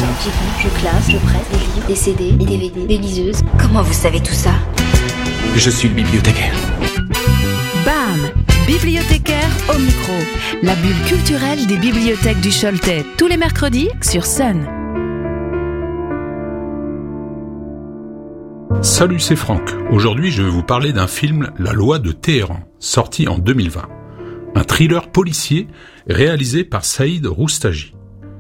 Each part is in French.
j'achète, j'écoute, je classe, je prête des livres, des CD, des DVD, des liseuses. Comment vous savez tout ça? Je suis le bibliothécaire. BAM! Bibliothécaire au micro. La bulle culturelle des bibliothèques du Choletais. Tous les mercredis sur Sun. Salut, c'est Franck. Aujourd'hui, je vais vous parler d'un film, La Loi de Téhéran, sorti en 2020. Un thriller policier réalisé par Saïd Roustaji.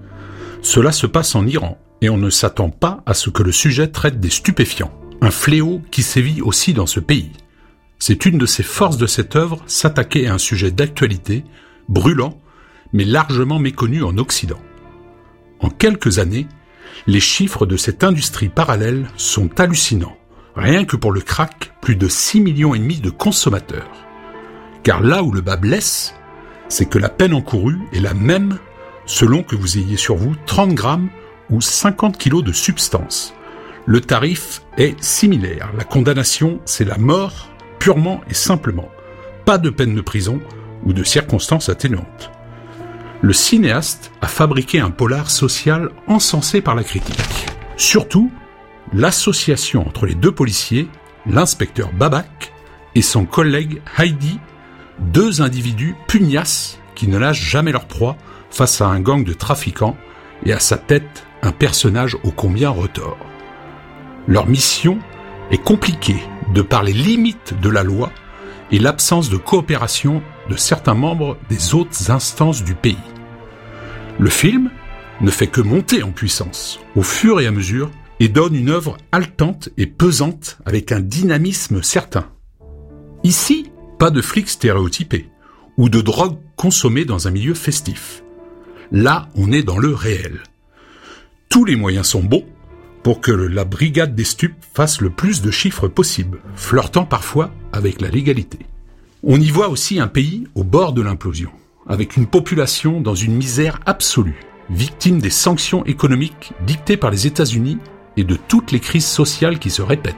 Cela se passe en Iran et on ne s'attend pas à ce que le sujet traite des stupéfiants. Un fléau qui sévit aussi dans ce pays. C'est une de ses forces de cette œuvre, s'attaquer à un sujet d'actualité, brûlant, mais largement méconnu en Occident. En quelques années, les chiffres de cette industrie parallèle sont hallucinants. Rien que pour le crack, plus de 6,5 millions de consommateurs. Car là où le bas blesse, c'est que la peine encourue est la même selon que vous ayez sur vous 30 grammes ou 50 kilos de substance. Le tarif est similaire. La condamnation, c'est la mort, purement et simplement. Pas de peine de prison ou de circonstances atténuantes. Le cinéaste a fabriqué un polar social encensé par la critique. Surtout, l'association entre les deux policiers, l'inspecteur Babak et son collègue Heidi, deux individus pugnaces qui ne lâchent jamais leur proie face à un gang de trafiquants et à sa tête un personnage ô combien retors. Leur mission est compliquée de par les limites de la loi et l'absence de coopération de certains membres des autres instances du pays. Le film ne fait que monter en puissance au fur et à mesure et donne une œuvre haletante et pesante avec un dynamisme certain. Ici, pas de flics stéréotypés ou de drogue consommée dans un milieu festif. Là, on est dans le réel. Tous les moyens sont bons pour que la brigade des stupes fasse le plus de chiffres possible, flirtant parfois avec la légalité. On y voit aussi un pays au bord de l'implosion, avec une population dans une misère absolue, victime des sanctions économiques dictées par les États-Unis et de toutes les crises sociales qui se répètent.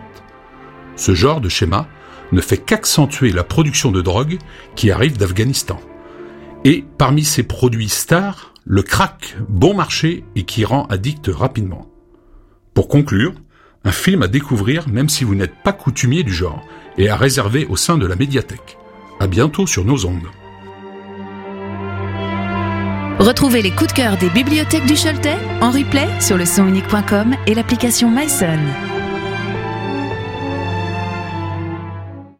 Ce genre de schéma ne fait qu'accentuer la production de drogue qui arrive d'Afghanistan. Et parmi ces produits stars, le crack, bon marché et qui rend addict rapidement. Pour conclure, un film à découvrir même si vous n'êtes pas coutumier du genre et à réserver au sein de la médiathèque. À bientôt sur nos ondes. Retrouvez les coups de cœur des bibliothèques du Choletais en replay sur le sonunique.com et l'application MySun.